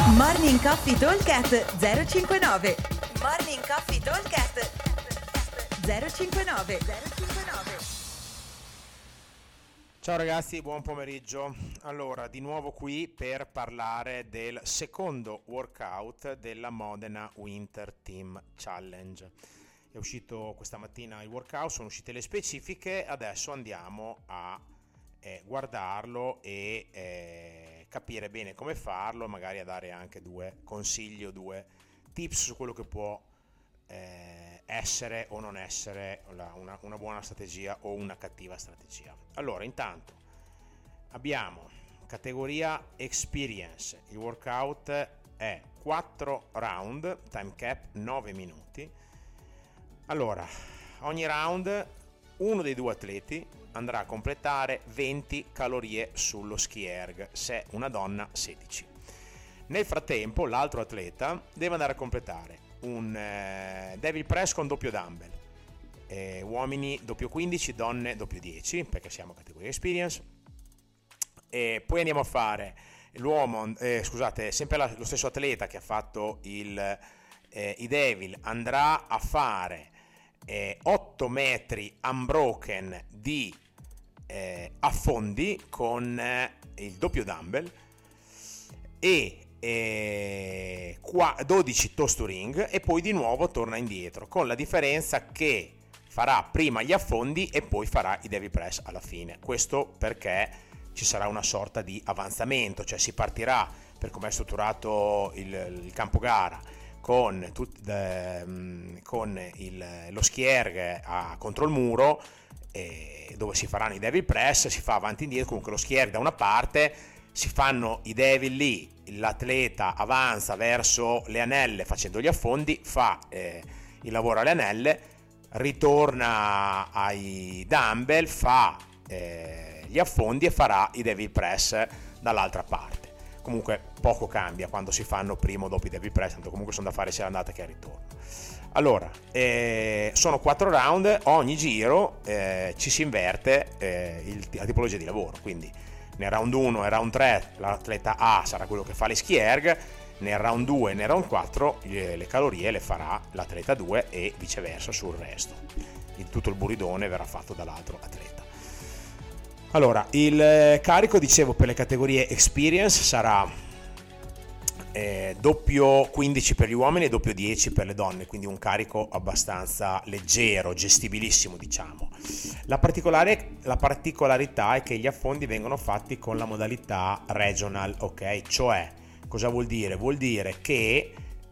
Morning Coffee Talkcast 059. Morning Coffee Talkcast 059. Ciao ragazzi, buon pomeriggio. Allora, di nuovo qui per parlare del secondo workout della Modena Winter Team Challenge. È uscito questa mattina il workout, sono uscite le specifiche, adesso andiamo a guardarlo e capire bene come farlo, magari a dare anche due consigli o due tips su quello che può essere o non essere una buona strategia o una cattiva strategia. Allora, intanto abbiamo categoria experience, il workout è 4 round, time cap 9 minuti. Allora, ogni round uno dei due atleti andrà a completare 20 calorie sullo ski erg, se una donna 16. Nel frattempo l'altro atleta deve andare a completare un devil press con doppio dumbbell, uomini doppio 15, donne doppio 10, perché siamo categoria experience, e poi andiamo a fare sempre lo stesso atleta che ha fatto i devil andrà a fare 8 metri unbroken di affondi con il doppio dumbbell e 12 toast to ring, e poi di nuovo torna indietro, con la differenza che farà prima gli affondi e poi farà i devil press alla fine. Questo perché ci sarà una sorta di avanzamento, cioè si partirà, per come è strutturato il campo gara, con lo ski erg contro il muro, dove si faranno i devil press, si fa avanti e indietro, comunque lo ski erg da una parte, si fanno i devil lì, l'atleta avanza verso le anelle facendo gli affondi, fa il lavoro alle anelle, ritorna ai dumbbell, fa gli affondi e farà i devil press dall'altra parte. Comunque poco cambia quando si fanno prima o dopo i devil press, tanto comunque sono da fare sia l'andata che al ritorno. Allora, sono 4 round, ogni giro ci si inverte la tipologia di lavoro, quindi nel round 1 e round 3 l'atleta A sarà quello che fa le ski erg, nel round 2 e nel round 4 le calorie le farà l'atleta 2 e viceversa sul resto. Tutto il buridone verrà fatto dall'altro atleta. Allora, il carico, dicevo, per le categorie experience sarà doppio 15 per gli uomini e doppio 10 per le donne, quindi un carico abbastanza leggero, gestibilissimo, diciamo. La particolarità è che gli affondi vengono fatti con la modalità regional, ok? Cioè, cosa vuol dire? Vuol dire che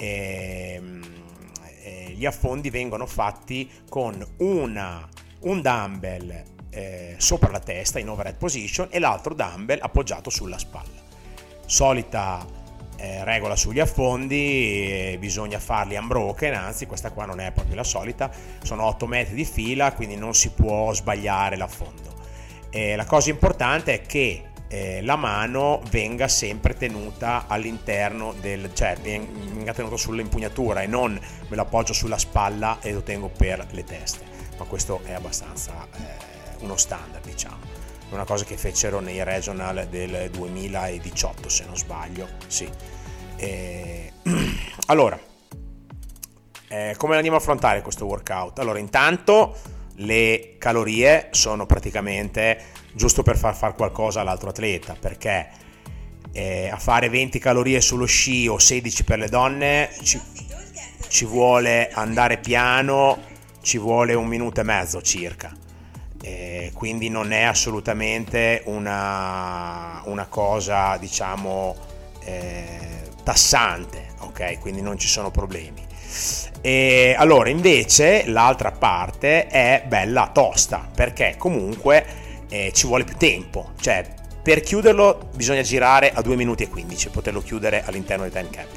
gli affondi vengono fatti con un dumbbell sopra la testa in overhead position e l'altro dumbbell appoggiato sulla spalla. Solita regola sugli affondi, bisogna farli unbroken, anzi questa qua non è proprio la solita, sono 8 metri di fila, quindi non si può sbagliare l'affondo. La cosa importante è che la mano venga sempre tenuta all'interno cioè venga tenuta sull'impugnatura e non me lo appoggio sulla spalla e lo tengo per le teste, ma questo è abbastanza uno standard, diciamo. Una cosa che fecero nei regional del 2018, se non sbaglio, sì. Allora, come andiamo a affrontare questo workout? Allora, intanto le calorie sono praticamente giusto per far qualcosa all'altro atleta, perché a fare 20 calorie sullo sci o 16 per le donne ci vuole andare piano, ci vuole 1 minuto e mezzo circa. Quindi non è assolutamente una cosa, diciamo, tassante, ok? Quindi non ci sono problemi. E allora invece l'altra parte è bella tosta, perché comunque ci vuole più tempo, cioè per chiuderlo bisogna girare a 2 minuti e 15, poterlo chiudere all'interno del time cap.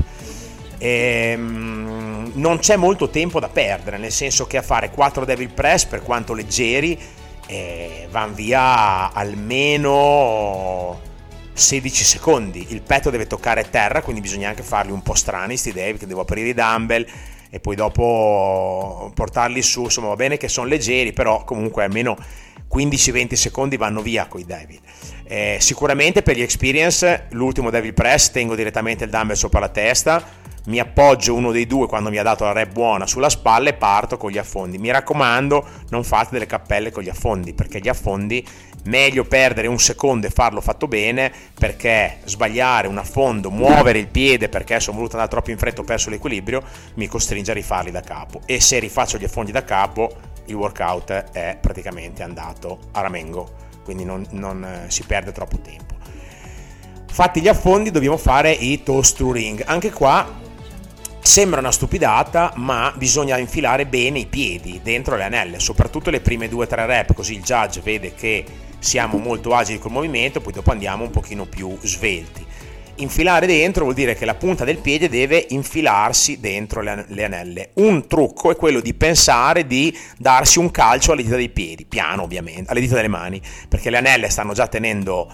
Non c'è molto tempo da perdere, nel senso che a fare 4 devil press, per quanto leggeri, van via almeno 16 secondi. Il petto deve toccare terra, quindi bisogna anche farli un po' strani sti devil, che devo aprire i dumbbell e poi dopo portarli su, insomma va bene che sono leggeri, però comunque almeno 15-20 secondi vanno via coi Devil. Sicuramente per gli experience l'ultimo Devil Press tengo direttamente il dumbbell sopra la testa, mi appoggio uno dei due quando mi ha dato la rep buona sulla spalla e parto con gli affondi. Mi raccomando, non fate delle cappelle con gli affondi, perché gli affondi meglio perdere un secondo e farlo fatto bene, perché sbagliare un affondo, muovere il piede perché sono voluto andare troppo in fretta, ho perso l'equilibrio, mi costringe a rifarli da capo, e se rifaccio gli affondi da capo il workout è praticamente andato a ramengo, quindi non si perde troppo tempo. Fatti gli affondi dobbiamo fare i toes to ring. Anche qua sembra una stupidata, ma bisogna infilare bene i piedi dentro le anelle, soprattutto le prime 2-3 rep, così il judge vede che siamo molto agili col movimento, poi dopo andiamo un pochino più svelti. Infilare dentro vuol dire che la punta del piede deve infilarsi dentro le anelle. Un trucco è quello di pensare di darsi un calcio alle dita dei piedi, piano ovviamente, alle dita delle mani, perché le anelle stanno già tenendo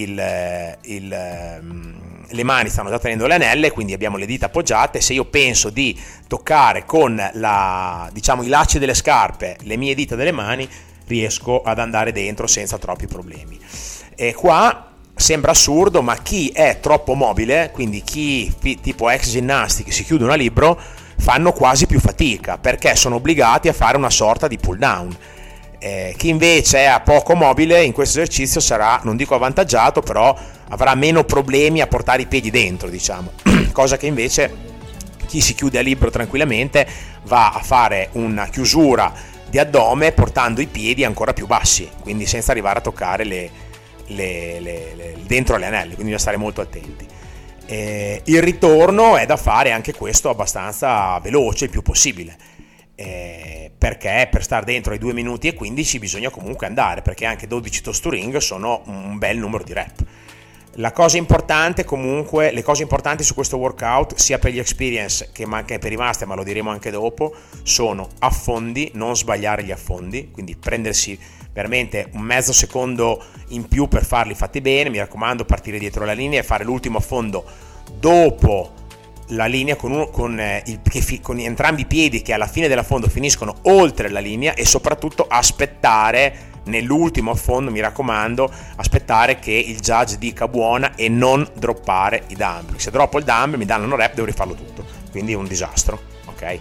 le mani stanno già tenendo le anelle, quindi abbiamo le dita appoggiate. Se io penso di toccare con i lacci delle scarpe le mie dita delle mani, riesco ad andare dentro senza troppi problemi. E qua sembra assurdo, ma chi è troppo mobile, quindi chi tipo ex ginnasti che si chiudono a libro, fanno quasi più fatica perché sono obbligati a fare una sorta di pull down. Chi invece è poco mobile in questo esercizio sarà, non dico avvantaggiato, però avrà meno problemi a portare i piedi dentro, diciamo, cosa che invece chi si chiude a libro tranquillamente va a fare una chiusura di addome portando i piedi ancora più bassi, quindi senza arrivare a toccare dentro le anelle, quindi bisogna stare molto attenti. Il ritorno è da fare anche questo abbastanza veloce il più possibile, perché per stare dentro ai 2 minuti e 15 bisogna comunque andare, perché anche 12 toes to ring sono un bel numero di rep. Le cose importanti su questo workout, sia per gli experience che anche per i master, ma lo diremo anche dopo, sono affondi, non sbagliare gli affondi, quindi prendersi veramente un mezzo secondo in più per farli fatti bene. Mi raccomando, partire dietro la linea e fare l'ultimo affondo dopo la linea con entrambi i piedi che alla fine dell'affondo finiscono oltre la linea, e soprattutto aspettare nell'ultimo affondo, mi raccomando, aspettare che il judge dica buona e non droppare i dumbbell. Se droppo il dumbbell mi danno una rep, devo rifarlo tutto, quindi è un disastro, ok?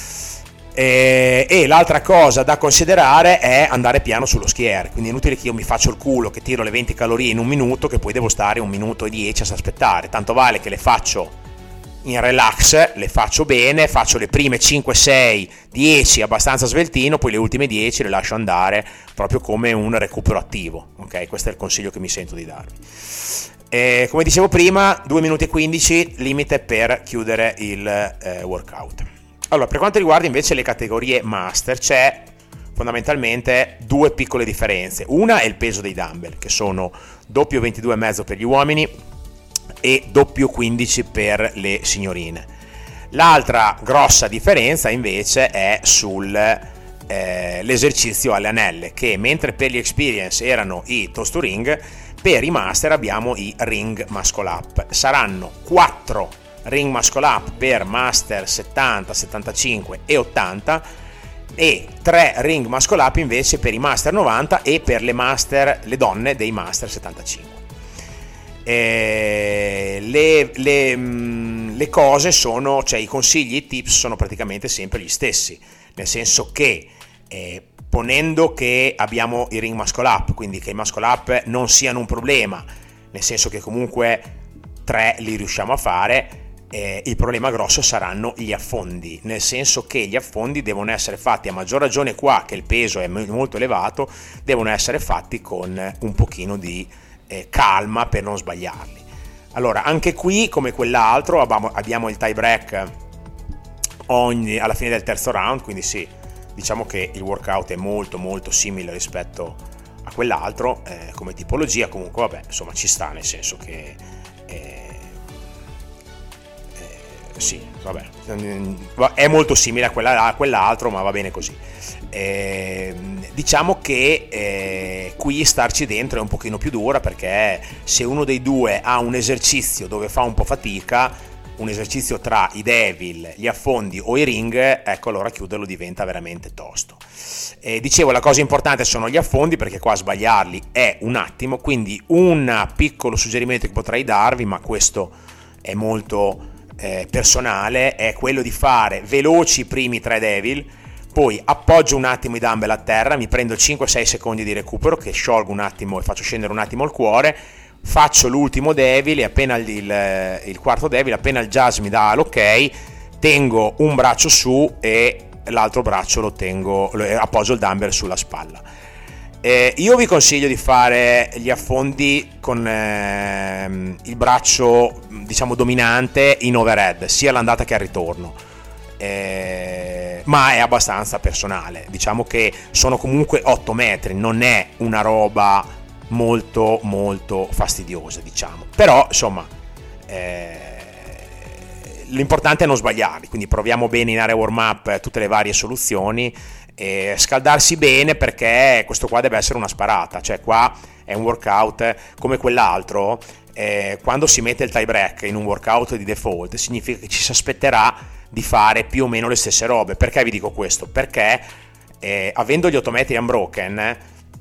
E l'altra cosa da considerare è andare piano sullo schier, quindi è inutile che io mi faccio il culo che tiro le 20 calorie in un minuto, che poi devo stare 1 minuto e 10 a aspettare. Tanto vale che le faccio in relax, le faccio bene, faccio le prime 5, 6, 10 abbastanza sveltino, poi le ultime 10 le lascio andare proprio come un recupero attivo, ok? Questo è il consiglio che mi sento di darvi. Come dicevo prima, 2 minuti e 15 limite per chiudere il workout. Allora, per quanto riguarda invece le categorie master, c'è fondamentalmente 2 piccole differenze. Una è il peso dei dumbbell, che sono doppio 22,5 per gli uomini e doppio 15 per le signorine. L'altra grossa differenza invece è l'esercizio alle anelle, che mentre per gli experience erano i toes to ring, per i master abbiamo i ring muscle up. Saranno 4 ring muscle up per master 70, 75 e 80 e 3 ring muscle up invece per i master 90 e per le donne dei master 75. Le cose sono, cioè i consigli, i tips sono praticamente sempre gli stessi, nel senso che ponendo che abbiamo i ring muscle up, quindi che i muscle up non siano un problema, nel senso che comunque 3 li riusciamo a fare, il problema grosso saranno gli affondi, nel senso che gli affondi devono essere fatti, a maggior ragione qua che il peso è molto elevato, devono essere fatti con un pochino di calma per non sbagliarli. Allora, anche qui come quell'altro abbiamo il tie break alla fine del terzo round, quindi sì, diciamo che il workout è molto molto simile rispetto a quell'altro, come tipologia. Comunque vabbè, insomma ci sta, nel senso che sì, vabbè, è molto simile a quell'altro, ma va bene così. Diciamo che qui starci dentro è un pochino più dura, perché se uno dei due ha un esercizio dove fa un po' fatica, un esercizio tra i devil, gli affondi o i ring, ecco allora chiuderlo diventa veramente tosto. Dicevo, la cosa importante sono gli affondi, perché qua sbagliarli è un attimo, quindi un piccolo suggerimento che potrei darvi, ma questo è molto personale, è quello di fare veloci i primi 3 devil, poi appoggio un attimo i dumbbell a terra, mi prendo 5-6 secondi di recupero che sciolgo un attimo e faccio scendere un attimo il cuore, faccio l'ultimo devil e appena il quarto devil, appena il jazz mi dà l'ok, tengo un braccio su e l'altro braccio appoggio il dumbbell sulla spalla. Io vi consiglio di fare gli affondi con il braccio, diciamo, dominante in overhead, sia all'andata che al ritorno, ma è abbastanza personale. Diciamo che sono comunque 8 metri, non è una roba molto molto fastidiosa, diciamo, però insomma l'importante è non sbagliarli, quindi proviamo bene in area warm up tutte le varie soluzioni e scaldarsi bene, perché questo qua deve essere una sparata, cioè qua è un workout come quell'altro. Quando si mette il tie break in un workout di default significa che ci si aspetterà di fare più o meno le stesse robe. Perché vi dico questo? Perché avendo gli 8 metri unbroken,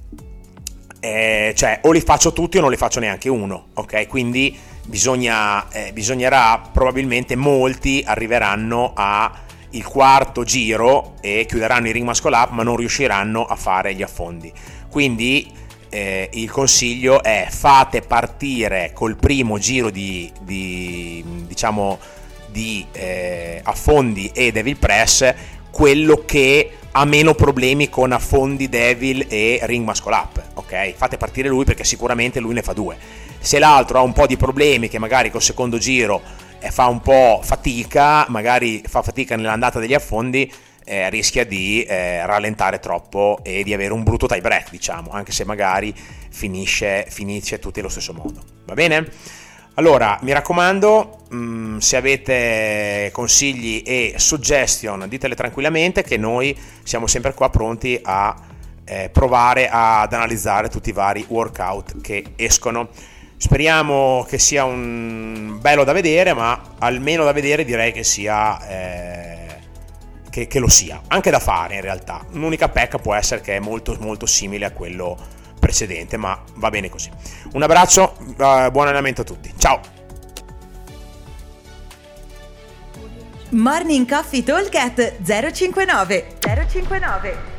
cioè o li faccio tutti o non li faccio neanche uno, ok? Quindi bisognerà, probabilmente molti arriveranno a il quarto giro e chiuderanno i ring muscle up, ma non riusciranno a fare gli affondi. Quindi il consiglio è: fate partire col primo giro di affondi e devil press quello che ha meno problemi con affondi, devil e ring muscle up, ok? Fate partire lui, perché sicuramente lui ne fa 2. Se l'altro ha un po' di problemi, che magari col secondo giro fa un po' fatica, magari fa fatica nell'andata degli affondi, rischia di rallentare troppo e di avere un brutto tie break, diciamo, anche se magari finisce tutti allo stesso modo. Va bene? Allora, mi raccomando, se avete consigli e suggestion ditele tranquillamente, che noi siamo sempre qua pronti a provare ad analizzare tutti i vari workout che escono. Speriamo che sia un bello da vedere, ma almeno da vedere direi che sia che lo sia, anche da fare in realtà. L'unica pecca può essere che è molto molto simile a quello precedente, ma va bene così. Un abbraccio, buon allenamento a tutti, ciao. Morning Coffee Talk 059